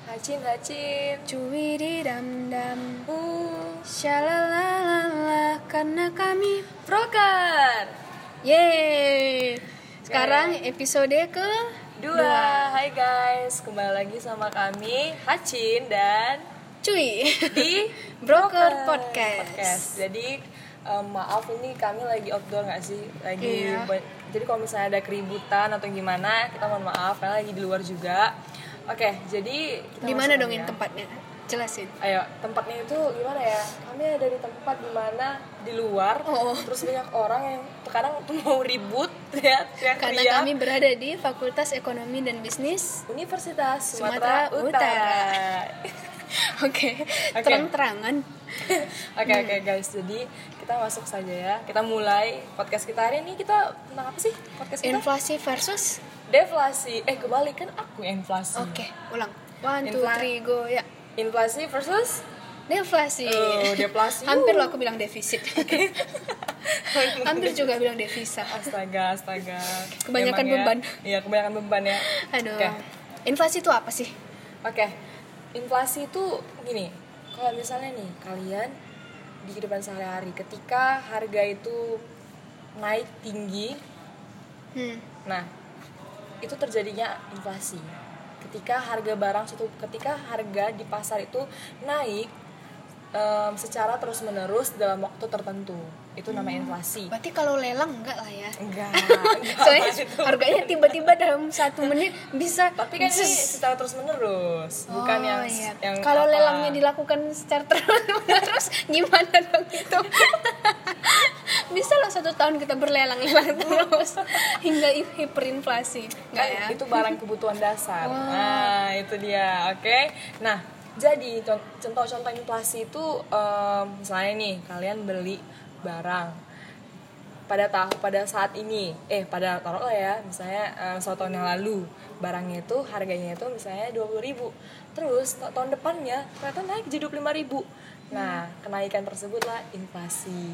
Hacin hacin. Cuy di dam dam. Shalalalala, karena kami Broker. yeay. Sekarang episode ke 2. Hai guys, kembali lagi sama kami Hacin dan Cuy di Broker Podcast. Jadi maaf ini kami lagi outdoor nggak sih? Lagi Iya. Jadi kalau misalnya ada keributan atau gimana, kita mohon maaf karena lagi di luar juga. Oke, jadi kita Di mana langsung dong aja. ini tempatnya? Jelasin. Ayo, tempatnya itu gimana ya? Kami ada di tempat di mana di luar, Oh. terus banyak orang yang terkadang tuh mau ribut, ya, Karena kami berada di Fakultas Ekonomi dan Bisnis. Universitas Sumatera Sumatera Utara. Utara. Oke, terang-terangan. Oke guys, jadi kita masuk saja ya. Kita mulai podcast kita hari ini. Kita tentang apa sih podcast kita? Inflasi versus. Deflasi. Kebalik kan aku yang inflasi. Oke, ulang. 1, 2, Infla- 3, go ya. Inflasi versus Deflasi. deflasi. Hampir lo aku bilang defisit. Hampir juga bilang devisa. Astaga. Kebanyakan Emang ya. beban. Iya, kebanyakan beban ya. Aduh. Oke. Inflasi itu apa sih? Oke. Inflasi itu gini. Kalau misalnya nih kalian di kehidupan sehari-hari ketika harga itu naik tinggi, nah itu terjadinya inflasi. Ketika harga di pasar itu naik secara terus-menerus dalam waktu tertentu, itu namanya inflasi. Berarti kalau lelang enggak lah ya. Enggak Soalnya itu. harganya tiba-tiba dalam 1 menit bisa. Tapi kan ini secara terus-menerus, bukan yang iya. yang Kalau apa. lelangnya dilakukan secara terus-menerus gimana dong itu? Bisa loh 1 tahun kita berlelang terus hingga hiperinflasi. Enggak Kan ya? itu barang kebutuhan dasar. Oh. Nah, itu dia. Oke. Nah, jadi contoh-contoh inflasi itu misalnya nih, kalian beli barang pada saat ini, taruhlah ya, misalnya 1 tahun yang lalu barangnya itu harganya itu misalnya 20.000. Terus tahun depannya ternyata naik jadi 25.000. Nah, kenaikan tersebutlah inflasi.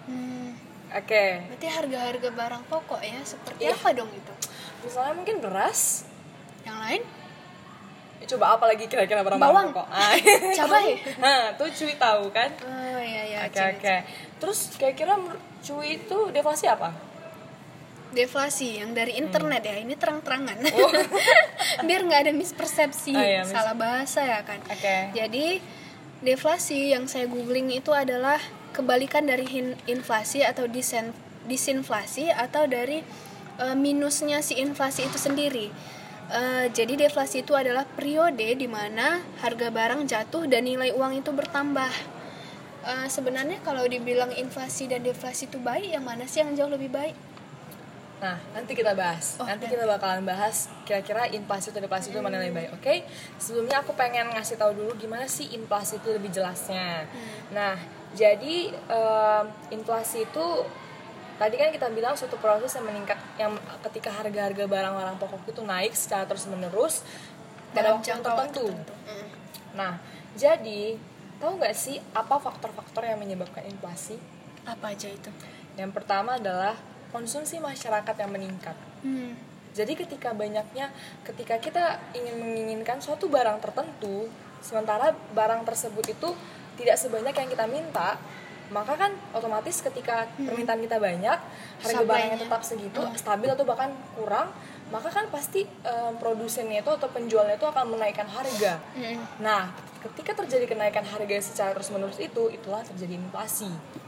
Oke. Berarti harga-harga barang pokok ya seperti Iya. apa dong itu? Misalnya mungkin beras. Yang lain? Coba apa lagi kira-kira barang Bawang. pokok? Cabai. Nah, tuh Cuy tahu kan? Oh iya. Oke. Terus kira-kira Cuy itu deflasi apa? Deflasi yang dari internet ya, ini terang-terangan. Biar nggak ada mispersepsi, Oh, iya, salah bahasa ya kan. Oke. Jadi deflasi yang saya googling itu adalah kebalikan dari inflasi atau disinflasi atau dari minusnya si inflasi itu sendiri. Jadi deflasi itu adalah periode di mana harga barang jatuh dan nilai uang itu bertambah. Sebenarnya kalau dibilang inflasi dan deflasi itu baik, yang mana sih yang jauh lebih baik? Nah, nanti kita bahas. Kita bakalan bahas kira-kira inflasi atau deflasi itu mana yang lebih baik. Oke? Sebelumnya aku pengen ngasih tahu dulu gimana sih inflasi itu lebih jelasnya. Nah, jadi inflasi itu tadi kan kita bilang suatu proses yang meningkat, yang ketika harga-harga barang-barang pokok itu naik secara terus-menerus pada waktu tertentu. Nah, jadi tahu nggak sih apa faktor-faktor yang menyebabkan inflasi? Apa aja itu? Yang pertama adalah konsumsi masyarakat yang meningkat. Jadi ketika kita menginginkan suatu barang tertentu, sementara barang tersebut itu tidak sebanyak yang kita minta, maka kan otomatis ketika permintaan kita banyak, harga barangnya tetap segitu, stabil atau bahkan kurang, maka kan pasti produsennya itu atau penjualnya itu akan menaikkan harga. Nah, ketika terjadi kenaikan harga secara terus-menerus itulah terjadi inflasi.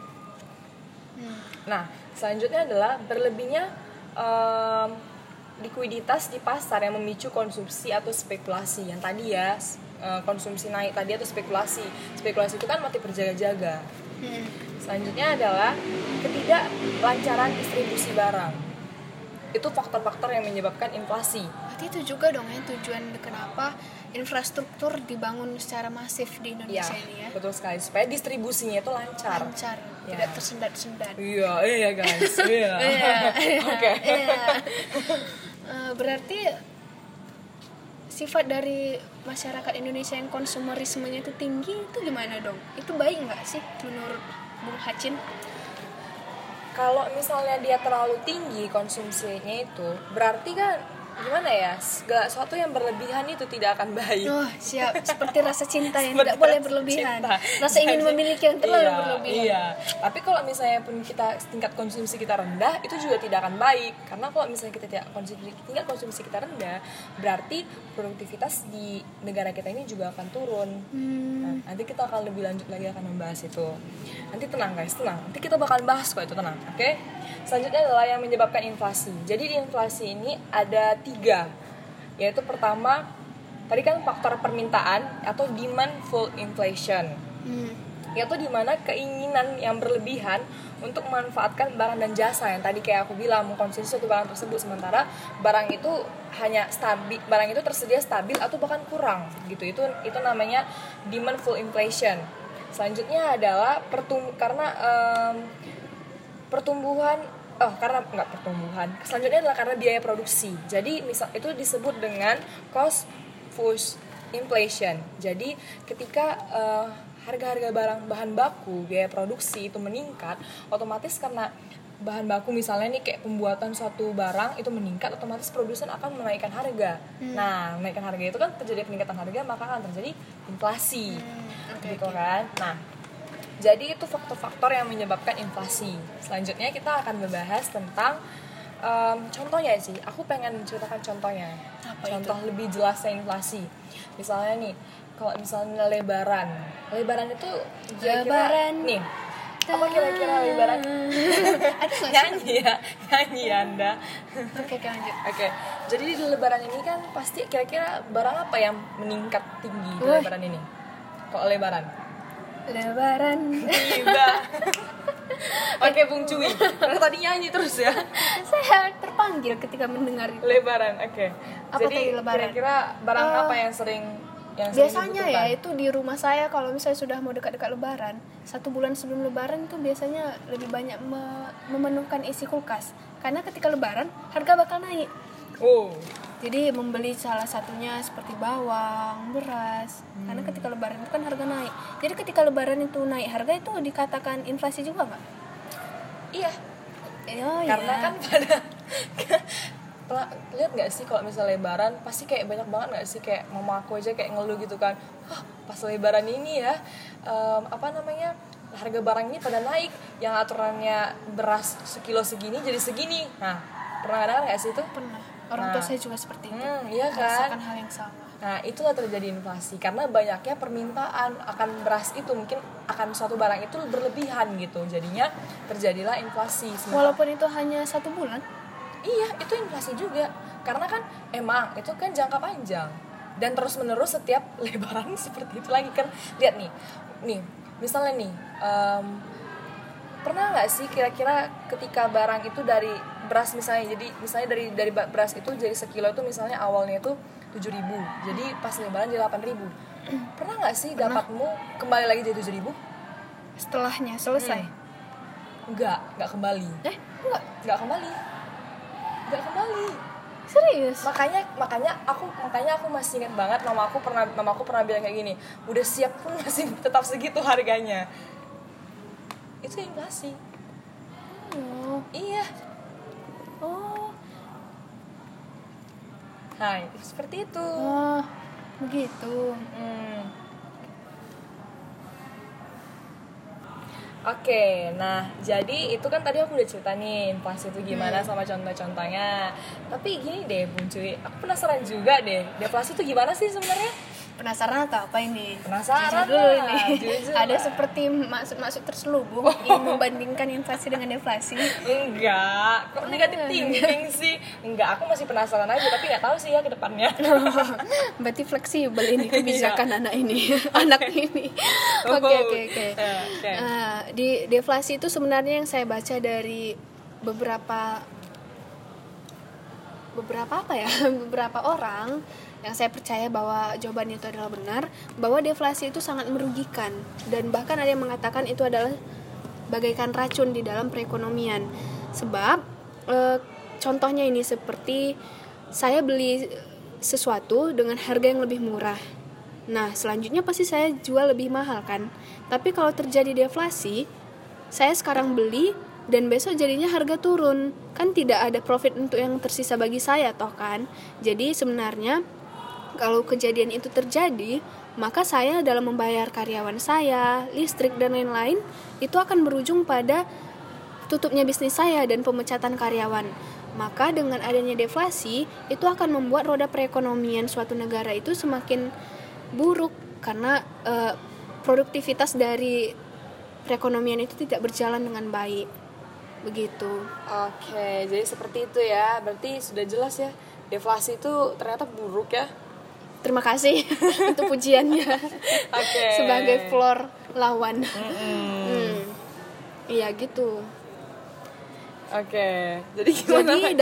Nah, selanjutnya adalah berlebihnya likuiditas di pasar yang memicu konsumsi atau spekulasi. Yang tadi ya, konsumsi naik tadi atau spekulasi. Spekulasi itu kan motif berjaga-jaga. Selanjutnya adalah ketidaklancaran distribusi barang. Itu faktor-faktor yang menyebabkan inflasi. Berarti itu juga dong ya tujuan kenapa infrastruktur dibangun secara masif di Indonesia ini ya. Betul sekali, supaya distribusinya itu lancar. Tidak tersendat-sendat. Iya guys. Oke. Berarti sifat dari masyarakat Indonesia yang konsumerismenya itu tinggi itu gimana dong? Itu baik nggak sih menurut Bung Hacin? Kalau misalnya dia terlalu tinggi konsumsinya itu, berarti kan gimana ya, segala sesuatu yang berlebihan itu tidak akan baik. Oh, siap. Seperti rasa cinta yang tidak boleh berlebihan. Rasa ingin memiliki yang terlalu berlebihan. Iya. Tapi kalau misalnya pun kita tingkat konsumsi kita rendah, itu juga tidak akan baik. Karena kalau misalnya kita tingkat konsumsi kita rendah, berarti produktivitas di negara kita ini juga akan turun. Nah, nanti kita akan lebih lanjut lagi akan membahas itu. Nanti tenang guys, tenang. Nanti kita bakal bahas kok itu, tenang. Oke? Selanjutnya adalah yang menyebabkan inflasi. Jadi di inflasi ini ada 3, yaitu pertama tadi kan faktor permintaan atau demandful inflation, yaitu dimana keinginan yang berlebihan untuk memanfaatkan barang dan jasa yang tadi kayak aku bilang, mengkonsumsi suatu barang tersebut sementara barang itu hanya stabil, barang itu tersedia stabil atau bahkan kurang gitu. Itu namanya demandful inflation. Selanjutnya adalah selanjutnya adalah karena biaya produksi. Jadi misal itu disebut dengan cost push inflation. Jadi ketika harga-harga bahan baku, biaya produksi itu meningkat, otomatis karena bahan baku misalnya nih kayak pembuatan suatu barang itu meningkat, otomatis produsen akan menaikkan harga. Nah, menaikkan harga itu kan terjadi peningkatan harga, maka akan terjadi inflasi. Gitu kan. Nah, jadi itu faktor-faktor yang menyebabkan inflasi. Selanjutnya kita akan membahas tentang contohnya sih. Aku pengen menceritakan contohnya. Contoh itu? Lebih jelasnya inflasi. Misalnya nih, kalau misalnya lebaran itu kira-kira nih. Apa kira-kira lebaran? Nyanyi Anda. Oke, lanjut. Oke. Jadi di lebaran ini kan pasti kira-kira barang apa yang meningkat tinggi di lebaran ini? Kalau lebaran tiba. Oke, Bung Cuy. Karena tadi nyanyi terus ya. Saya terpanggil ketika mendengar itu. Lebaran, oke. Apa Jadi tadi lebaran? Kira-kira barang apa yang sering biasanya ya itu di rumah saya kalau misalnya sudah mau dekat-dekat lebaran, 1 bulan sebelum lebaran itu biasanya lebih banyak memenuhkan isi kulkas. Karena ketika lebaran harga bakal naik. Jadi membeli salah satunya seperti bawang, beras. Karena ketika lebaran itu kan harga naik. Jadi ketika lebaran itu naik harga, itu dikatakan inflasi juga nggak? Iya. Karena kan lihat nggak sih kalau misalnya lebaran pasti kayak banyak banget nggak sih, kayak mama aku aja kayak ngeluh gitu kan, pas lebaran ini ya harga barang ini pada naik, yang aturannya beras sekilo segini jadi segini. Nah, pernah dengar nggak sih itu? Pernah. Orang tua saya juga seperti itu. Iya kan? Merasakan hal yang sama. Nah, itulah terjadi inflasi karena banyaknya permintaan akan beras itu, mungkin akan suatu barang itu berlebihan gitu. Jadinya terjadilah inflasi. Walaupun itu hanya 1 bulan. Iya, itu inflasi juga. Karena kan emang itu kan jangka panjang dan terus menerus setiap lebaran seperti itu lagi kan. Lihat nih, misalnya nih, pernah nggak sih kira-kira ketika barang itu dari beras misalnya dari beras itu jadi sekilo itu misalnya awalnya itu 7.000, jadi pas lebaran jadi 8.000. Pernah nggak sih dapatmu kembali lagi jadi 7.000 setelahnya selesai? Enggak kembali. Enggak kembali. Serius? Makanya aku masih ingat banget mama aku pernah bilang kayak gini, udah siap pun masih tetap segitu harganya. Itu inflasi. Iya. Hai, seperti itu. Begitu. Oke, nah jadi itu kan tadi aku udah cerita nih inflasi itu gimana sama contoh-contohnya. Tapi gini deh Bung Cuy, aku penasaran juga deh, deflasi itu gimana sih sebenarnya? Penasaran atau apa ini? Penasaran dulu ini. Jujur ada seperti maksud terselubung ingin membandingkan inflasi dengan deflasi. Enggak, kok negatif thinking sih? Enggak, aku masih penasaran aja tapi nggak tahu sih ya ke depannya. Berarti fleksibel ini kebijakan anak ini. Oke. Di deflasi itu sebenarnya yang saya baca dari beberapa orang yang saya percaya bahwa jawabannya itu adalah benar, bahwa deflasi itu sangat merugikan, dan bahkan ada yang mengatakan itu adalah bagaikan racun di dalam perekonomian. Sebab contohnya ini seperti saya beli sesuatu dengan harga yang lebih murah, nah selanjutnya pasti saya jual lebih mahal kan. Tapi kalau terjadi deflasi, saya sekarang beli dan besok jadinya harga turun, kan tidak ada profit untuk yang tersisa bagi saya toh kan. Jadi sebenarnya kalau kejadian itu terjadi, maka saya dalam membayar karyawan saya, listrik dan lain-lain itu akan berujung pada tutupnya bisnis saya dan pemecatan karyawan. Maka dengan adanya deflasi itu akan membuat roda perekonomian suatu negara itu semakin buruk karena produktivitas dari perekonomian itu tidak berjalan dengan baik. Begitu. Oke, jadi seperti itu ya. Berarti sudah jelas ya, deflasi itu ternyata buruk ya. Terima kasih untuk pujiannya. Oke. Sebagai floor lawan. Iya gitu. Oke. Jadi gimana? Jadi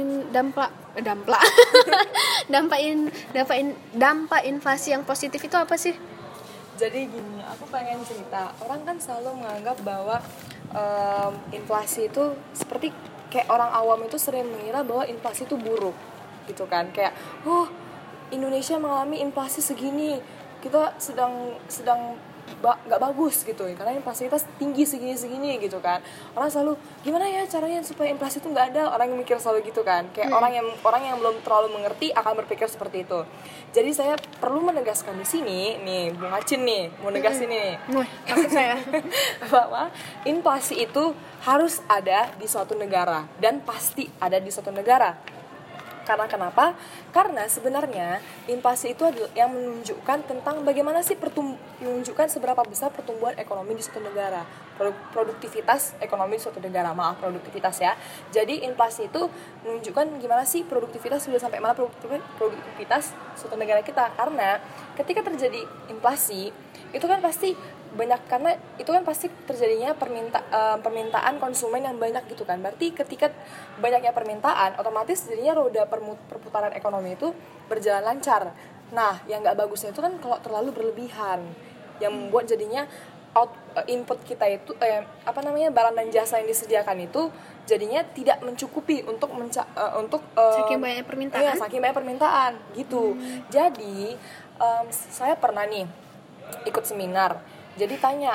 dampak inflasi yang positif itu apa sih? Jadi gini, aku pengen cerita. Orang kan selalu menganggap bahwa inflasi itu seperti kayak orang awam itu sering mengira bahwa inflasi itu buruk, gitu kan? Kayak, Indonesia mengalami inflasi segini, kita sedang nggak bagus gitu, karena inflasi kita tinggi segini gitu kan. Orang selalu gimana ya caranya supaya inflasi itu nggak ada, orang yang mikir selalu gitu kan. Kayak orang yang belum terlalu mengerti akan berpikir seperti itu. Jadi saya perlu menegaskan di sini nih, Bung Acin nih mau negasin nih, Takut saya. bahwa inflasi itu harus ada di suatu negara dan pasti ada di suatu negara. Karena kenapa? Karena sebenarnya inflasi itu adalah yang menunjukkan tentang bagaimana sih menunjukkan seberapa besar pertumbuhan ekonomi di suatu negara, produktivitas ekonomi di suatu negara. Maaf, produktivitas ya. Jadi inflasi itu menunjukkan gimana sih produktivitas sudah sampai mana produktivitas suatu negara kita. Karena ketika terjadi inflasi itu kan pasti banyak, karena itu kan pasti terjadinya permintaan konsumen yang banyak gitu kan. Berarti ketika banyaknya permintaan, otomatis jadinya roda perputaran ekonomi itu berjalan lancar. Nah, yang nggak bagusnya itu kan kalau terlalu berlebihan, yang membuat jadinya input kita itu barang dan jasa yang disediakan itu jadinya tidak mencukupi untuk saking banyak permintaan. Iya, saking banyak permintaan gitu. Jadi saya pernah nih ikut seminar. Jadi tanya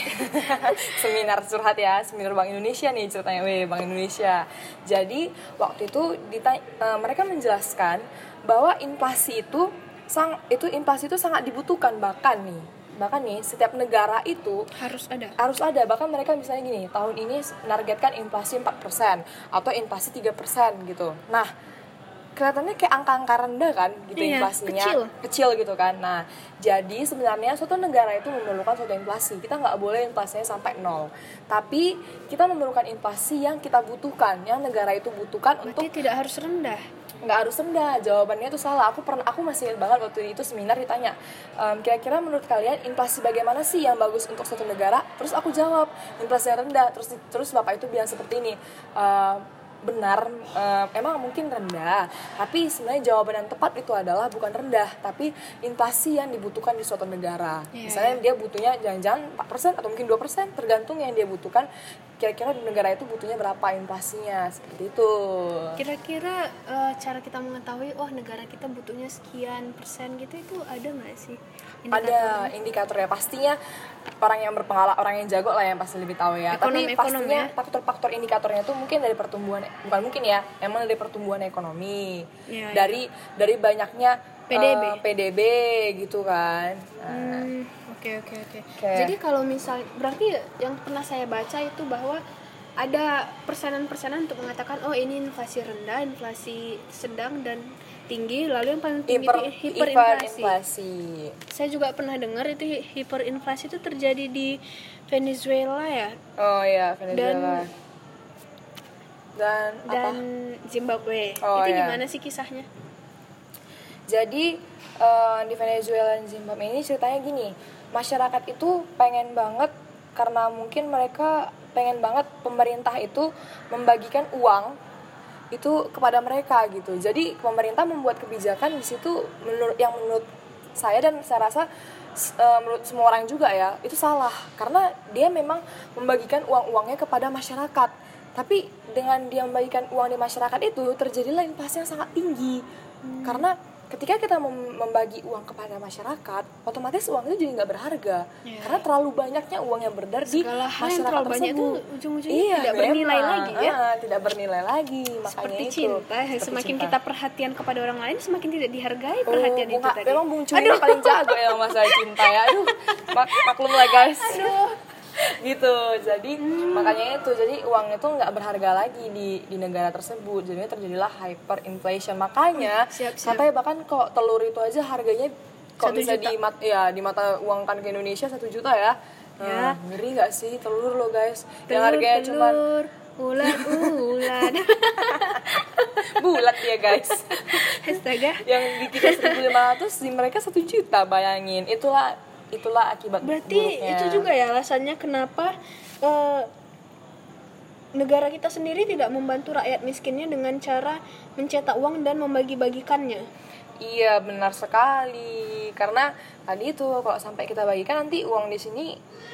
seminar curhat ya, seminar Bank Indonesia nih ceritanya, Bank Indonesia. Jadi waktu itu mereka menjelaskan bahwa inflasi itu sangat dibutuhkan, bahkan nih setiap negara itu harus ada. Bahkan mereka misalnya gini, tahun ini menargetkan inflasi 4% atau inflasi 3% gitu. Nah, kelihatannya kayak angka-angka rendah kan gitu, inflasinya kecil gitu kan. Nah, jadi sebenarnya suatu negara itu memerlukan suatu inflasi. Kita nggak boleh inflasinya sampai 0, tapi kita memerlukan inflasi yang kita butuhkan, yang negara itu butuhkan. Berarti untuk tidak harus rendah. Nggak harus rendah, jawabannya itu salah. Aku masih ingat banget waktu itu seminar ditanya, kira-kira menurut kalian inflasi bagaimana sih yang bagus untuk suatu negara? Terus aku jawab inflasi yang rendah. Terus bapak itu bilang seperti ini, benar, emang mungkin rendah, tapi sebenarnya jawaban yang tepat itu adalah bukan rendah, tapi inflasi yang dibutuhkan di suatu negara. Misalnya dia butuhnya jangan-jangan 4% atau mungkin 2%, tergantung yang dia butuhkan. Kira-kira di negara itu butuhnya berapa inflasinya, seperti itu. Kira-kira cara kita mengetahui negara kita butuhnya sekian persen gitu, itu ada nggak sih ada indikatornya? Pastinya orang yang berpengalaman, orang yang jago lah yang pasti lebih tahu ya. Tapi pastinya faktor-faktor indikatornya itu mungkin dari pertumbuhan, bukan mungkin ya, emang dari pertumbuhan ekonomi, dari banyaknya PDB gitu kan. Oke. Jadi kalau misal, berarti yang pernah saya baca itu bahwa ada persenan-persenan untuk mengatakan ini inflasi rendah, inflasi sedang, dan tinggi, lalu yang paling tinggi itu hiperinflasi. Saya juga pernah dengar itu hiperinflasi itu terjadi di Venezuela ya. Oh iya, Venezuela. Dan Zimbabwe. Itu gimana sih kisahnya? Jadi di Venezuela dan Zimbabwe ini ceritanya gini, masyarakat itu pengen banget, karena mungkin mereka pengen banget pemerintah itu membagikan uang itu kepada mereka gitu. Jadi pemerintah membuat kebijakan di situ menurut saya dan saya rasa menurut semua orang juga ya, itu salah, karena dia memang membagikan uang-uangnya kepada masyarakat. Tapi dengan dia membagikan uang di masyarakat itu terjadilah inflasi yang sangat tinggi. Karena ketika kita membagi uang kepada masyarakat, otomatis uang itu jadi nggak berharga, karena terlalu banyaknya uang yang beredar di masyarakat tersebut. Ujung-ujungnya tidak bernilai lagi ya. Tidak bernilai lagi, makanya seperti itu. Cinta, semakin kita perhatian kepada orang lain, semakin tidak dihargai perhatian itu tadi. Memang Bung Cuy ini paling jago ya masalah cinta ya. Aduh, maklum lah guys. Gitu, jadi makanya itu, jadi uang itu nggak berharga lagi di negara tersebut, jadinya terjadilah hyperinflation. Makanya sampai bahkan kok telur itu aja harganya kok bisa di mata uang kan ke Indonesia 1 juta ya. Ngeri nggak sih telur lo guys, yang harganya cuma ulat bulat ya guys. Astaga, yang di kita 1.500, di mereka 1 juta, bayangin. Itulah akibat berarti buruknya. Itu juga ya alasannya kenapa negara kita sendiri tidak membantu rakyat miskinnya dengan cara mencetak uang dan membagi-bagikannya. Iya, benar sekali. Karena tadi itu kalau sampai kita bagikan, nanti uang di sini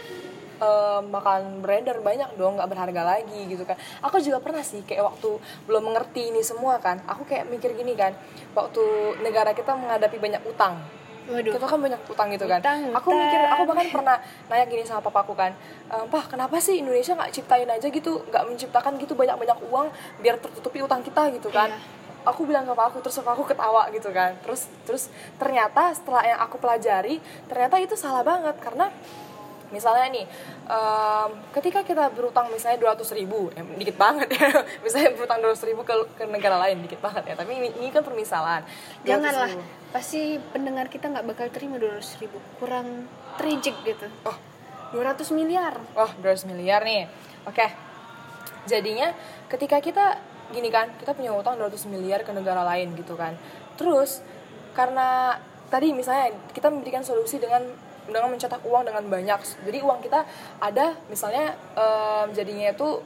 bakalan beredar banyak dong, nggak berharga lagi gitu kan. Aku juga pernah sih kayak waktu belum mengerti ini semua kan, aku kayak mikir gini kan, waktu negara kita menghadapi banyak utang. Waduh. Kita kan banyak utang gitu kan. Aku bahkan pernah nanya gini sama papaku kan, Pak, kenapa sih Indonesia nggak ciptain aja gitu, nggak menciptakan gitu banyak-banyak uang biar tertutupi utang kita gitu kan. Aku bilang ke papaku, terus papaku ketawa gitu kan. Terus ternyata setelah yang aku pelajari, ternyata itu salah banget. Karena misalnya nih, ketika kita berutang misalnya 200.000, dikit banget ya. Misalnya berutang 200.000 ke negara lain, dikit banget ya. Tapi ini kan permisalan. Janganlah, pasti pendengar kita nggak bakal terima 200.000, kurang terejek gitu. 200 miliar. 200 miliar nih. Oke. Jadinya ketika kita gini kan, kita punya utang 200 miliar ke negara lain gitu kan. Terus karena tadi misalnya kita memberikan solusi dengan mencetak uang dengan banyak. Jadi uang kita ada misalnya jadinya itu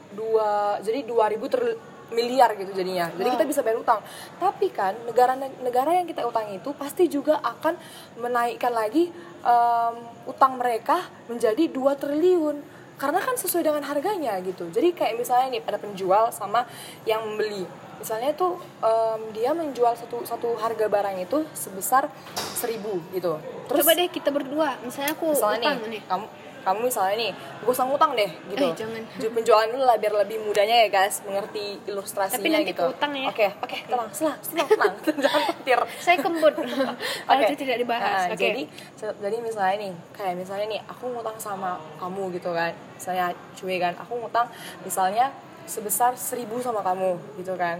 2.000 miliar gitu jadinya. Jadi kita bisa bayar utang. Tapi kan negara yang kita utangi itu pasti juga akan menaikkan lagi utang mereka menjadi 2 triliun. Karena kan sesuai dengan harganya gitu. Jadi kayak misalnya nih ada penjual sama yang membeli. Misalnya tuh dia menjual satu harga barang itu sebesar 1.000 gitu. Terus coba deh kita berdua, misalnya aku utang nih. Kamu misalnya nih, gue usah ngutang deh gitu. Jangan. Penjualan dulu lah biar lebih mudahnya ya guys, mengerti ilustrasinya. Tapi nanti gitu. Utang ya. Oke, tenang. Jangan petir. Saya kembut. Itu tidak dibahas. Jadi misalnya nih, aku ngutang sama kamu gitu kan. Misalnya cuy kan, aku ngutang misalnya sebesar 1.000 sama kamu gitu kan.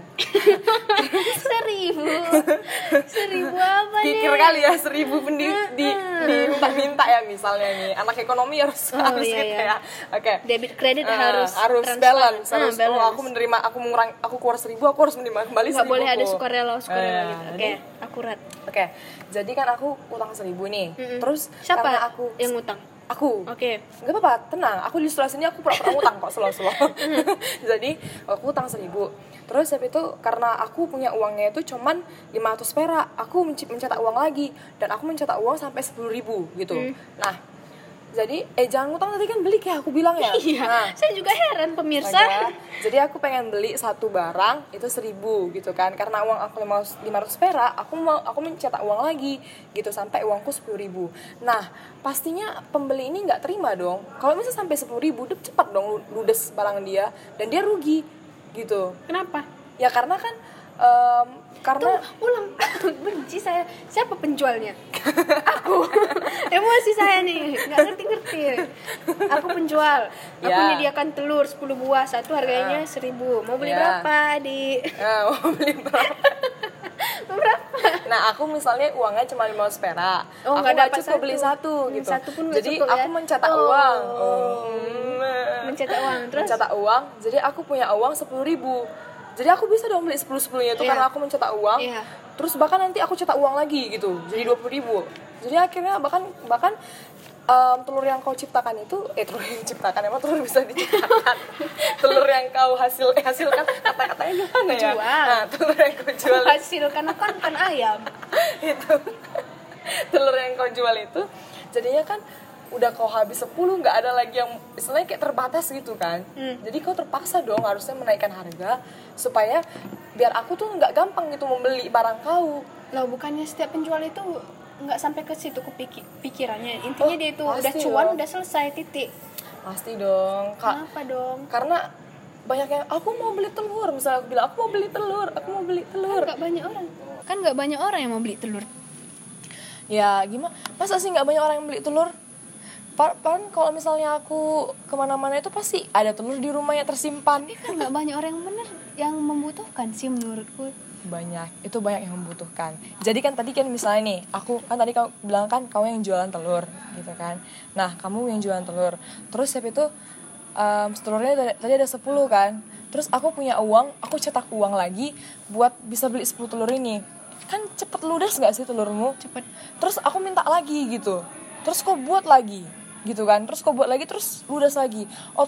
1.000 apa nih? Pikir kali ya 1.000 diminta ya misalnya nih. Anak ekonomi harus gitu ya. Oke. Debit kredit harus balance. Aku keluar 1.000, aku harus menerima kembali 1.000. Nggak boleh ada sukarela gitu. Oke, akurat. Oke. Jadi kan aku utang 1.000 nih. Terus siapa karena aku yang utang? Aku. Oke. Gak apa-apa, tenang. Aku ilustrasinya aku pura-pura utang kok, slow. Jadi aku utang 1.000. Terus habis itu karena aku punya uangnya itu cuman 500 perak, aku mencetak uang lagi dan aku mencetak uang sampai 10.000 gitu. Nah, jadi jangan ngutang tadi kan beli kayak aku bilang ya. Iya. Nah, saya juga heran pemirsa. Jadi aku pengen beli satu barang itu 1.000 gitu kan. Karena uang aku 500 perak, aku mencetak uang lagi gitu sampai uangku 10.000. Nah, pastinya pembeli ini nggak terima dong. Kalau misalnya sampai 10.000, cepat dong ludes barang dia dan dia rugi gitu. Kenapa? Ya karena kan karena ulang benci saya. Siapa penjualnya? Aku. Emosi saya nih, nggak ngerti. Aku penjual. Aku menyediakan telur 10 buah, satu harganya 1.000. Mau beli berapa, Di? Mau beli berapa? Nah, aku misalnya uangnya cuma 500 perak. Aku nggak cukup beli satu gitu. Satu pun jadi cukup, aku mencetak uang. Mencetak uang terus? Mencetak uang. Jadi aku punya uang 10.000. Jadi aku bisa dong beli 10-10-nya itu karena aku mencetak uang. Terus bahkan nanti aku cetak uang lagi gitu. Jadi 20.000. Jadi akhirnya bahkan telur yang kau ciptakan itu telur yang ciptakan, emang telur bisa diciptakan. Telur yang kau hasilkan, kata-katanya gimana ya? Jual. Nah, telur yang kau jual hasilkan kan ayam. Itu telur yang kau jual itu jadinya kan udah kau habis 10, nggak ada lagi yang istilahnya kayak terbatas gitu kan. Jadi kau terpaksa dong harusnya menaikkan harga supaya biar aku tuh nggak gampang gitu membeli barang kau Loh, bukannya setiap penjual itu nggak sampai ke situ pikirannya. Intinya dia itu udah cuan, udah selesai, titik. Pasti dong. Kenapa dong? Karena banyak yang aku mau beli telur, misalnya aku bilang aku mau beli telur. Kan nggak banyak orang yang mau beli telur. Ya gimana? Masa sih nggak banyak orang yang beli telur? Pan kalau misalnya aku kemana-mana itu pasti ada telur di rumahnya tersimpan. Tapi kan nggak banyak orang yang membutuhkan sih menurutku. Banyak yang membutuhkan. Jadi kan tadi kan misalnya nih, aku kan tadi kau bilang kan kau yang jualan telur gitu kan. Nah kamu yang jualan telur, terus siapa itu telurnya tadi ada 10 kan. Terus aku punya uang, aku cetak uang lagi buat bisa beli 10 telur ini. Kan cepet ludes gak sih telurmu? Cepet. Terus aku minta lagi gitu, terus kau buat lagi gitu kan, terus ludes lagi.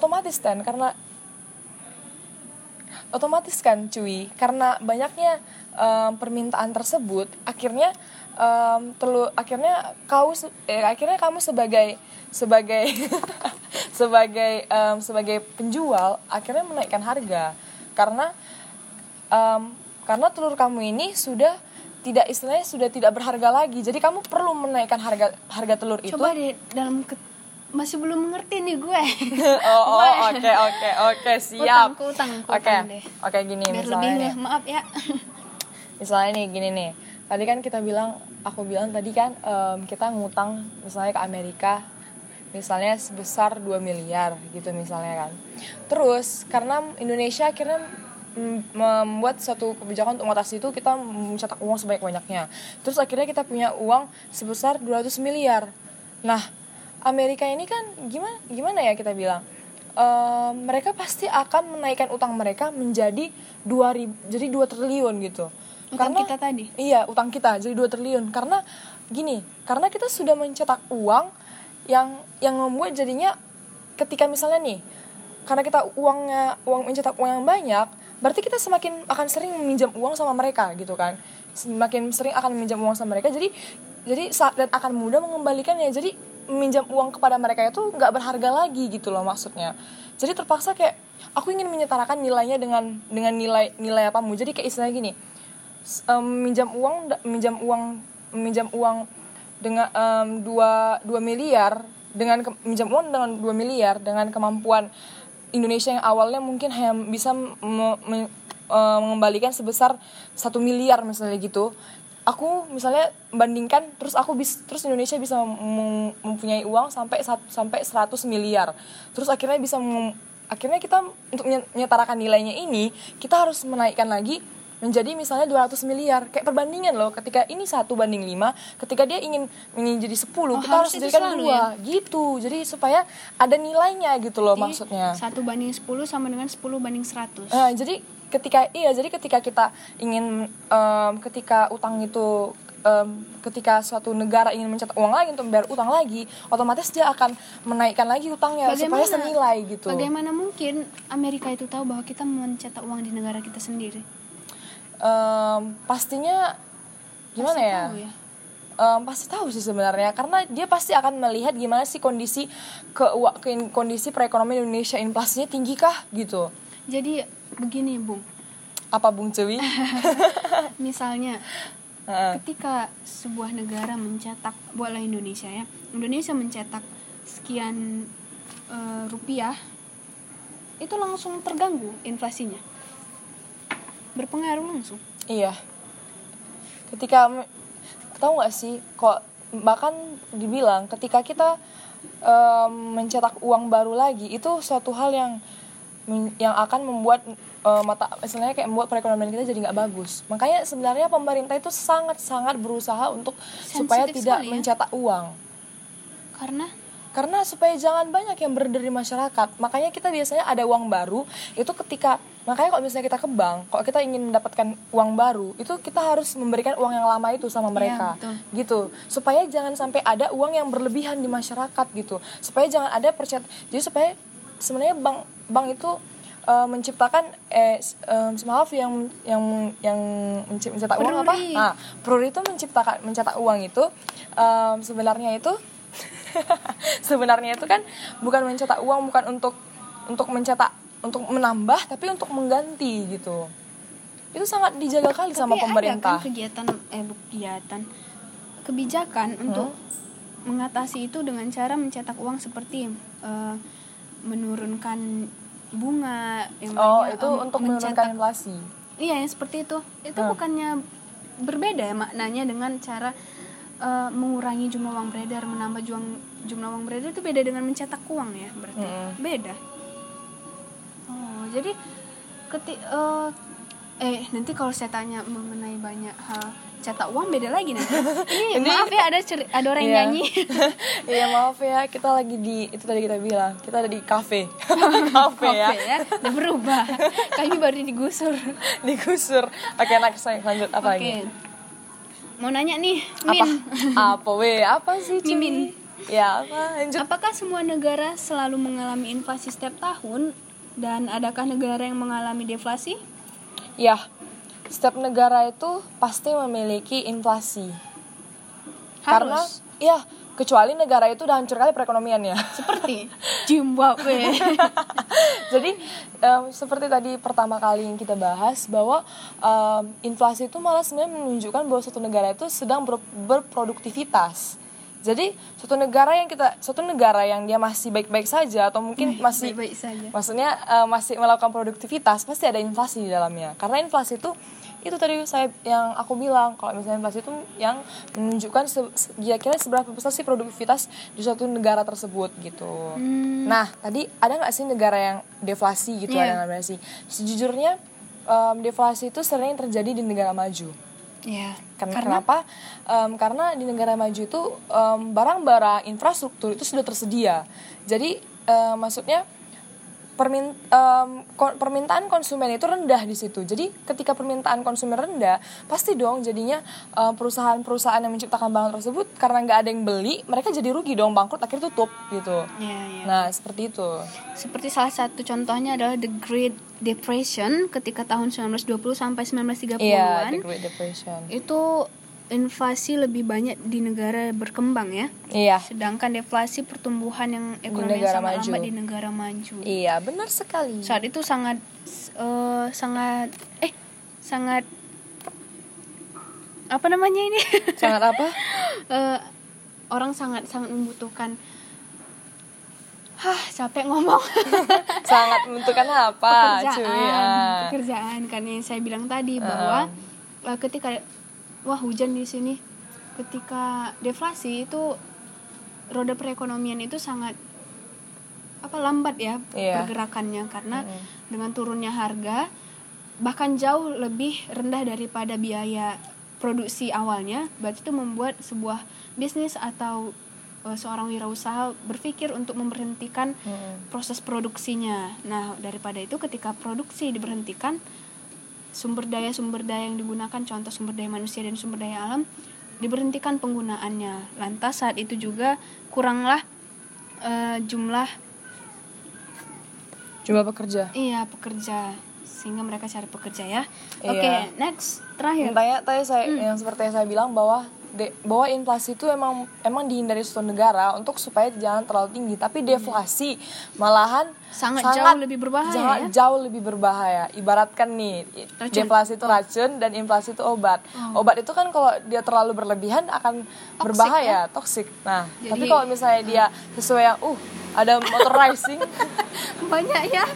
Otomatis kan cuy, karena banyaknya permintaan tersebut, akhirnya kamu sebagai sebagai penjual akhirnya menaikkan harga karena telur kamu ini sudah tidak berharga lagi, jadi kamu perlu menaikkan harga telur itu. Coba deh masih belum mengerti nih gue. Oke, siap. Utang deh. Oke, gini biar misalnya. Lebih maaf ya. Misalnya nih, gini nih. Tadi kan aku bilang tadi kan kita ngutang misalnya ke Amerika, misalnya sebesar 2 miliar gitu misalnya kan. Terus karena Indonesia akhirnya membuat satu kebijakan untuk mengatasi itu, kita mencetak uang sebanyak-banyaknya. Terus akhirnya kita punya uang sebesar 200 miliar. Nah, Amerika ini kan gimana ya kita bilang, mereka pasti akan menaikkan utang mereka menjadi 2 triliun gitu. Utang kita tadi? Iya, utang kita jadi 2 triliun. Karena kita sudah mencetak uang yang membuat jadinya ketika misalnya nih, karena kita mencetak uang yang banyak, berarti kita semakin akan sering meminjam uang sama mereka gitu kan. Semakin sering akan meminjam uang sama mereka, jadi dan akan mudah mengembalikannya. Jadi meminjam uang kepada mereka itu nggak berharga lagi gitu loh maksudnya. Jadi terpaksa kayak aku ingin menyetarakan nilainya dengan nilai apamu. Jadi kayak istilahnya gini, meminjam uang dengan 2 miliar dengan minjam uang dengan 2 miliar dengan kemampuan Indonesia yang awalnya mungkin hanya bisa mengembalikan sebesar 1 miliar misalnya gitu. Aku misalnya bandingkan, terus Indonesia bisa mempunyai uang sampai 100 miliar. Terus akhirnya kita untuk menyetarakan nilainya ini, kita harus menaikkan lagi menjadi misalnya 200 miliar. Kayak perbandingan loh, ketika ini 1 banding 5, ketika dia ingin jadi 10, kita harus jadikan 2 ya? Gitu. Jadi supaya ada nilainya gitu loh. Jadi, maksudnya 1 banding 10 sama dengan 10 banding 100. Jadi ketika kita ingin ketika utang itu ketika suatu negara ingin mencetak uang lagi untuk membayar utang lagi, otomatis dia akan menaikkan lagi utangnya supaya senilai gitu. Bagaimana mungkin Amerika itu tahu bahwa kita mencetak uang di negara kita sendiri? Pastinya gimana ya? Pasti tahu sih sebenarnya, karena dia pasti akan melihat gimana sih kondisi perekonomian Indonesia, inflasinya tinggi kah gitu. Jadi begini Bung. Apa Bung Cewi? Misalnya ketika sebuah negara mencetak, buatlah Indonesia ya, Indonesia mencetak sekian rupiah, itu langsung terganggu inflasinya, berpengaruh langsung. Iya. Ketika tahu nggak sih, kok bahkan dibilang ketika kita mencetak uang baru lagi, itu suatu hal yang akan membuat istilahnya kayak membuat perekonomian kita jadi nggak bagus. Makanya sebenarnya pemerintah itu sangat berusaha untuk supaya tidak mencetak uang. Karena supaya jangan banyak yang beredar di masyarakat. Makanya kita biasanya ada uang baru itu makanya kalau misalnya kita ke bank, kalau kita ingin mendapatkan uang baru, itu kita harus memberikan uang yang lama itu sama mereka. Ya, gitu. Supaya jangan sampai ada uang yang berlebihan di masyarakat gitu. Supaya jangan ada jadi supaya sebenarnya bank itu menciptakan mencetak uang apa? Nah, Pruri itu mencetak uang itu sebenarnya itu kan bukan mencetak uang, bukan untuk mencetak, untuk menambah, tapi untuk mengganti gitu. itu sangat dijaga kali sama pemerintah. Tapi ada kan kebijakan untuk mengatasi itu dengan cara mencetak uang seperti menurunkan bunga yang itu untuk menurunkan inflasi. Iya, yang seperti itu bukannya berbeda ya maknanya dengan cara mengurangi jumlah uang beredar, menambah jumlah uang beredar itu beda dengan mencetak uang ya, berarti beda. Jadi nanti kalau saya tanya mengenai banyak hal cetak uang beda lagi nanti. Ini maaf ya ada orang yang nyanyi. Iya maaf ya, kita lagi itu tadi kita bilang kita ada di kafe. Kafe ya. Udah berubah. Kami baru digusur. Oke, next lanjut apa lagi? Mau nanya nih, Min. Apa sih Mimin? Ya apa? Lanjut. Apakah semua negara selalu mengalami inflasi setiap tahun dan adakah negara yang mengalami deflasi? Ya, setiap negara itu pasti memiliki inflasi. Karena kecuali negara itu udah hancur kali perekonomiannya. Seperti Zimbabwe. Jadi seperti tadi pertama kali yang kita bahas bahwa inflasi itu malah sebenarnya menunjukkan bahwa suatu negara itu sedang berproduktivitas. Jadi suatu negara yang dia masih baik-baik saja atau mungkin masih baik-baik saja. Maksudnya masih melakukan produktivitas, pasti ada inflasi di dalamnya. Karena inflasi itu tadi yang aku bilang, kalau misalnya inflasi itu yang menunjukkan kira-kira seberapa besar sih produktivitas di suatu negara tersebut gitu. Nah, tadi ada nggak sih negara yang deflasi gitu? Ada nggak sih? Sejujurnya deflasi itu sering terjadi di negara maju. Ya, Kenapa? Karena di negara maju itu barang-barang infrastruktur itu sudah tersedia. Jadi maksudnya permintaan konsumen itu rendah di situ. Jadi ketika permintaan konsumen rendah, pasti dong jadinya perusahaan-perusahaan yang menciptakan barang tersebut karena nggak ada yang beli, mereka jadi rugi dong, bangkrut, akhirnya tutup gitu. Nah seperti itu. Seperti salah satu contohnya adalah The Great Depression ketika tahun 1920 sampai 1930-an. Iya, The Great Depression. Itu inflasi lebih banyak di negara berkembang ya. Iya. Sedangkan deflasi pertumbuhan yang ekonomi sangat lambat di negara maju. Iya, benar sekali. Saat itu sangat apa namanya ini? Sangat apa? Orang sangat membutuhkan. Capek ngomong. Sangat membutuhkan apa? Pekerjaan kan yang saya bilang tadi bahwa ketika hujan di sini, ketika deflasi itu roda perekonomian itu sangat lambat ya pergerakannya karena dengan turunnya harga bahkan jauh lebih rendah daripada biaya produksi awalnya, berarti itu membuat sebuah bisnis atau seorang wirausaha berpikir untuk memberhentikan proses produksinya. Nah, daripada itu ketika produksi diberhentikan, sumber daya yang digunakan, contoh sumber daya manusia dan sumber daya alam, diberhentikan penggunaannya. Lantas saat itu juga kuranglah jumlah pekerja. Iya, pekerja, sehingga mereka cari pekerja ya. Oke, next, terakhir. Tadi yang seperti yang saya bilang bahwa inflasi itu emang dihindari suatu negara untuk supaya jangan terlalu tinggi, tapi deflasi malahan sangat jauh lebih berbahaya. Ibaratkan nih, deflasi itu racun dan inflasi itu obat. Obat itu kan kalau dia terlalu berlebihan akan berbahaya, toksik. Nah, tapi kalau misalnya dia sesuai yang ada motorizing banyak ya.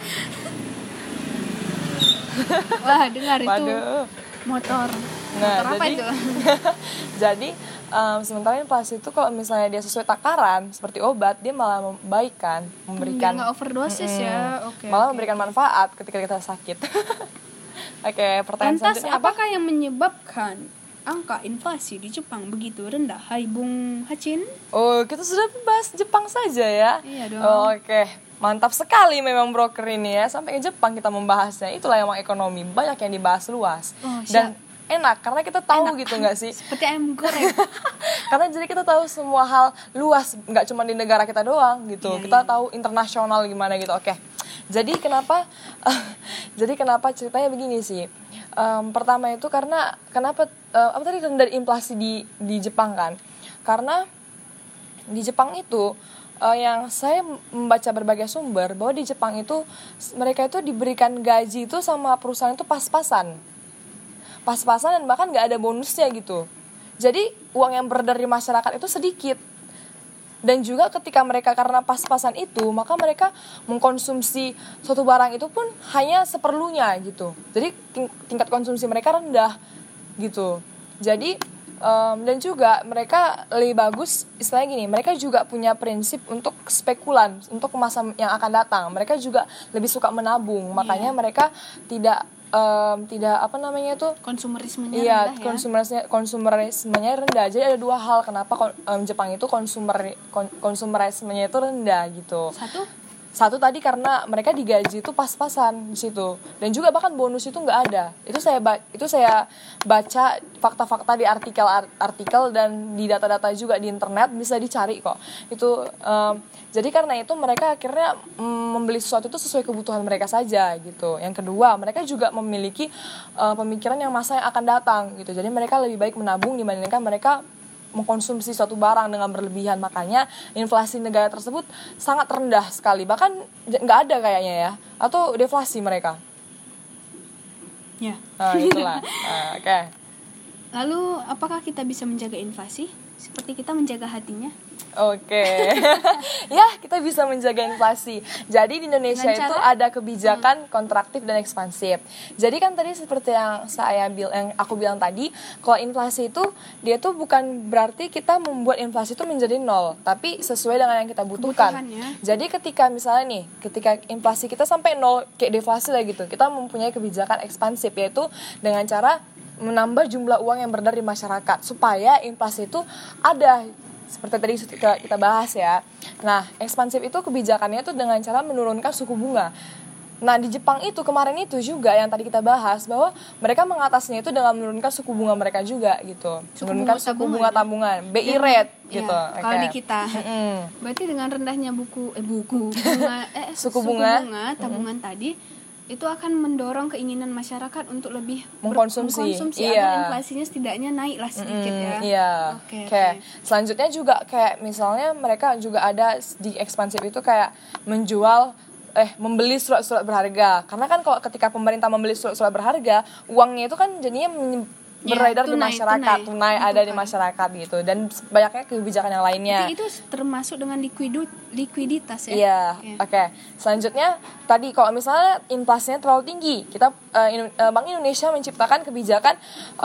Wah, dengar itu. Motor apa itu? Jadi sementara inflasi itu kalau misalnya dia sesuai takaran seperti obat, dia malah memberikan nggak overdosis ya. Malah memberikan manfaat ketika kita sakit. Pertanyaan selanjutnya apakah yang menyebabkan angka inflasi di Jepang begitu rendah? Hai Bung Hacin. Kita sudah bahas Jepang saja ya. Iya dong. Mantap sekali memang broker ini ya. Sampai ke Jepang kita membahasnya. Itulah emang ekonomi, banyak yang dibahas luas. Dan enak karena kita tahu gitu nggak sih? Seperti ayam goreng. Karena jadi kita tahu semua hal luas, nggak cuma di negara kita doang gitu. Kita tahu internasional gimana gitu. Jadi kenapa ceritanya begini sih? Pertama itu kenapa dari inflasi di Jepang kan? Karena di Jepang itu yang saya membaca berbagai sumber bahwa di Jepang itu mereka itu diberikan gaji itu sama perusahaan itu pas-pasan. pas-pasan dan bahkan nggak ada bonusnya gitu. Jadi uang yang beredar di masyarakat itu sedikit. Dan juga ketika mereka karena pas-pasan itu, maka mereka mengkonsumsi suatu barang itu pun hanya seperlunya gitu. Jadi tingkat konsumsi mereka rendah gitu. Jadi dan juga mereka lebih bagus, istilahnya gini, mereka juga punya prinsip untuk spekulan untuk masa yang akan datang. Mereka juga lebih suka menabung, makanya mereka tidak konsumerismenya rendah, konsumerismenya rendah. Jadi ada dua hal kenapa Jepang itu konsumerismenya itu rendah gitu. Satu tadi karena mereka digaji itu pas-pasan di situ, dan juga bahkan bonus itu nggak ada. Itu saya baca fakta-fakta di artikel dan di data-data juga di internet, bisa dicari kok itu. Jadi karena itu mereka akhirnya membeli sesuatu itu sesuai kebutuhan mereka saja gitu. Yang kedua, mereka juga memiliki pemikiran yang masa yang akan datang gitu. Jadi mereka lebih baik menabung dibandingkan mereka mengkonsumsi suatu barang dengan berlebihan. Makanya inflasi negara tersebut sangat rendah sekali, bahkan nggak ada kayaknya ya, atau deflasi mereka ya. Itulah. Oke. Lalu apakah kita bisa menjaga inflasi seperti kita menjaga hatinya? Oke. Ya, kita bisa menjaga inflasi. Jadi di Indonesia itu ada kebijakan kontraktif dan ekspansif. Jadi kan tadi seperti yang aku bilang tadi, kalau inflasi itu dia tuh bukan berarti kita membuat inflasi itu menjadi nol, tapi sesuai dengan yang kita butuhkan. Jadi ketika misalnya ketika inflasi kita sampai nol, kayak deflasi lah gitu, kita mempunyai kebijakan ekspansif, yaitu dengan cara menambah jumlah uang yang beredar di masyarakat supaya inflasi itu ada. Seperti tadi kita bahas ya. Nah, ekspansif itu kebijakannya itu dengan cara menurunkan suku bunga. Nah, di Jepang itu kemarin itu juga yang tadi kita bahas, bahwa mereka mengatasinya itu dengan menurunkan suku bunga mereka juga gitu. Menurunkan suku bunga tabungan, BI rate gitu. Ya, kalau di kita. Berarti dengan rendahnya suku bunga tabungan tadi itu akan mendorong keinginan masyarakat untuk lebih mengkonsumsi agar inflasinya setidaknya naiklah sedikit ya. Iya. Oke. Selanjutnya juga kayak misalnya mereka juga ada di ekspansif itu kayak membeli surat-surat berharga. Karena kan kalau ketika pemerintah membeli surat-surat berharga, uangnya itu kan jadinya beredar di masyarakat, tunai ada di masyarakat gitu, dan banyaknya kebijakan yang lainnya. Jadi itu termasuk dengan likuiditas ya. Iya. Oke. Selanjutnya tadi kalau misalnya inflasinya terlalu tinggi, kita Bank Indonesia menciptakan kebijakan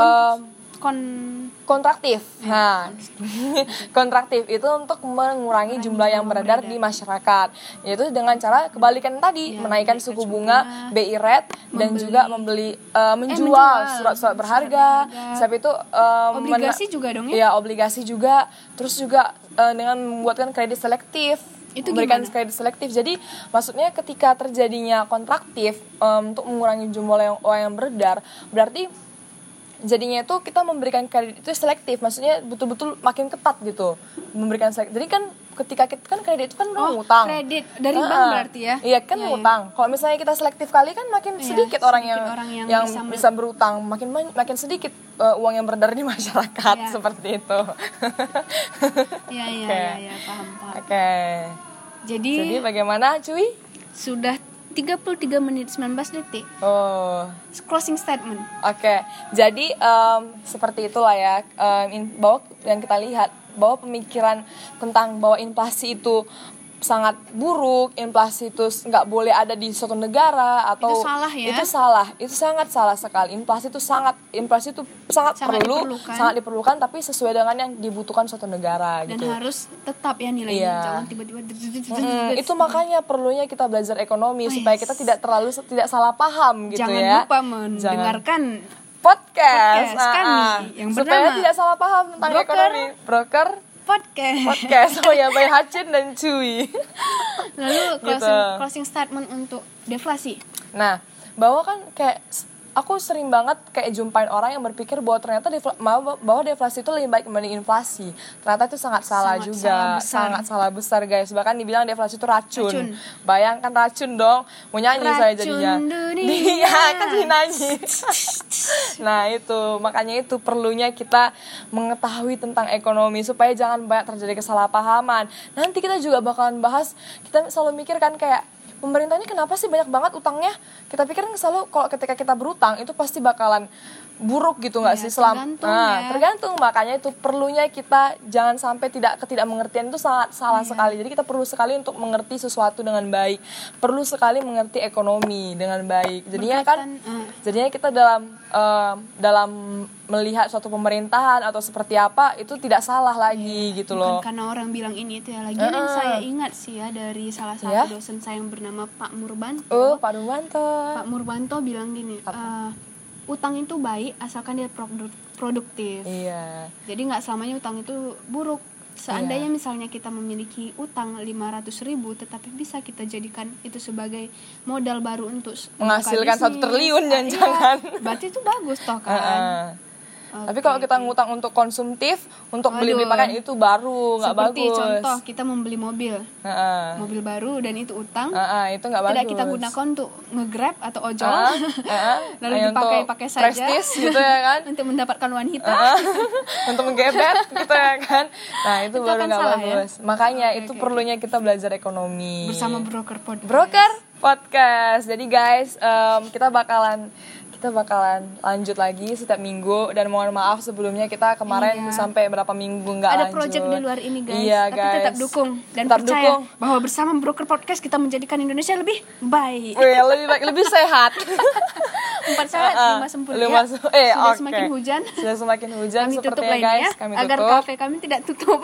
kontraktif. Nah, kontraktif itu untuk mengurangi jumlah yang beredar di masyarakat. Yaitu dengan cara kebalikan tadi, menaikkan suku bunga, BI rate, dan juga menjual surat-surat berharga. Sampai itu obligasi juga dong ya? Iya, obligasi juga. Terus juga dengan membuatkan kredit selektif. Memberikan kredit selektif. Jadi maksudnya ketika terjadinya kontraktif untuk mengurangi jumlah uang yang beredar, berarti jadinya itu kita memberikan kredit itu selektif, maksudnya betul-betul makin ketat gitu memberikan selektif. Jadi kan ketika kita kan kredit itu kan ngutang, kredit dari bank berarti ya. Iya kan ngutang. Kalau misalnya kita selektif kali kan makin sedikit orang yang bisa berutang, makin sedikit uang yang beredar di masyarakat seperti itu. Iya, paham. Oke. Jadi bagaimana cuy? Sudah 33 menit 19 detik. Closing statement. Oke. Jadi seperti itulah ya, bahwa yang kita lihat bahwa pemikiran tentang bahwa inflasi itu sangat buruk, inflasi itu nggak boleh ada di suatu negara, atau itu salah ya? Itu sangat salah sekali. Inflasi itu sangat diperlukan, tapi sesuai dengan yang dibutuhkan suatu negara. Dan gitu. harus tetap ya nilainya, jangan tiba-tiba. Itu makanya perlunya kita belajar ekonomi supaya kita tidak salah paham gitu. Jangan lupa mendengarkan podcast kami yang supaya tidak salah paham tentang ekonomi. Broker podcast. By Hacin dan Cuy. Lalu closing statement untuk deflasi. Nah, bahwa kan kayak aku sering banget kayak jumpain orang yang berpikir bahwa ternyata bahwa deflasi itu lebih baik dibanding inflasi. Ternyata itu sangat salah juga. Sangat salah besar guys. Bahkan dibilang deflasi itu racun. Bayangkan racun dong. Mau nyanyi saya jadinya. Iya, kan nyanyi. Nah itu, makanya itu perlunya kita mengetahui tentang ekonomi supaya jangan banyak terjadi kesalahpahaman. Nanti kita juga bakalan bahas, kita selalu mikir kan kayak pemerintah ini kenapa sih banyak banget utangnya? Kita pikir selalu kalau ketika kita berutang itu pasti bakalan buruk gitu nggak sih tergantung. Makanya itu perlunya kita jangan sampai ketidakmengertian itu sangat salah sekali. Jadi kita perlu sekali untuk mengerti sesuatu dengan baik, perlu sekali mengerti ekonomi dengan baik. Jadinya kita dalam melihat suatu pemerintahan atau seperti apa itu tidak salah lagi gitu loh. Bukan karena orang bilang ini itu ya lagi. Yang saya ingat sih ya dari salah satu dosen saya yang bernama Pak Murbanto. Pak Murbanto bilang gini, utang itu baik asalkan dia produktif. Iya. Jadi nggak selamanya utang itu buruk. Seandainya misalnya kita memiliki utang 500.000, tetapi bisa kita jadikan itu sebagai modal baru untuk menghasilkan 1 triliun jangan-jangan. Berarti itu bagus toh kan. Tapi kalau kita ngutang untuk konsumtif, untuk beli pakaian itu baru nggak bagus. Seperti contoh kita membeli mobil baru dan itu utang, itu nggak bagus. Tidak kita gunakan untuk nge-grab atau ojol, lalu dipakai saja, prestis gitu ya kan, untuk mendapatkan wanita, untuk menggebet gitu ya kan. Nah itu baru nggak bagus. Ya? Makanya itu perlunya kita belajar ekonomi bersama Broker Podcast. Jadi guys, kita bakalan lanjut lagi setiap minggu, dan mohon maaf sebelumnya kita kemarin sampai berapa minggu nggak lanjut. Ada project di luar ini guys. Iya, tapi guys. Tetap dukung dan percaya bahwa bersama Broker Podcast kita menjadikan Indonesia lebih baik. Lebih baik, lebih sehat. 4 syarat 5 sempurna. Sudah semakin hujan. Sudah semakin hujan kami tutup sepertinya guys. Kami tutup. Agar kafe kami tidak tutup.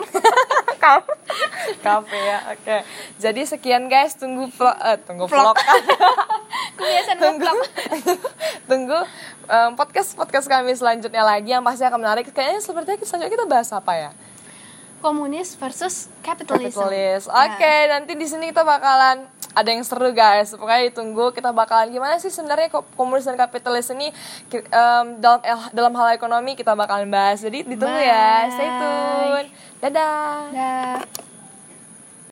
Kafe ya. Oke. Jadi sekian guys, tunggu vlog. Kebiasaan vlog. Tunggu podcast kami selanjutnya lagi yang pasti akan menarik. Kayaknya sepertinya selanjutnya kita bahas apa ya? Komunis versus kapitalis. Oke, nanti di sini kita bakalan ada yang seru guys. Pokoknya ditunggu, kita bakalan gimana sih sebenarnya komunis dan kapitalis ini dalam hal ekonomi kita bakalan bahas. Jadi ditunggu ya. Stay tune. Dadah.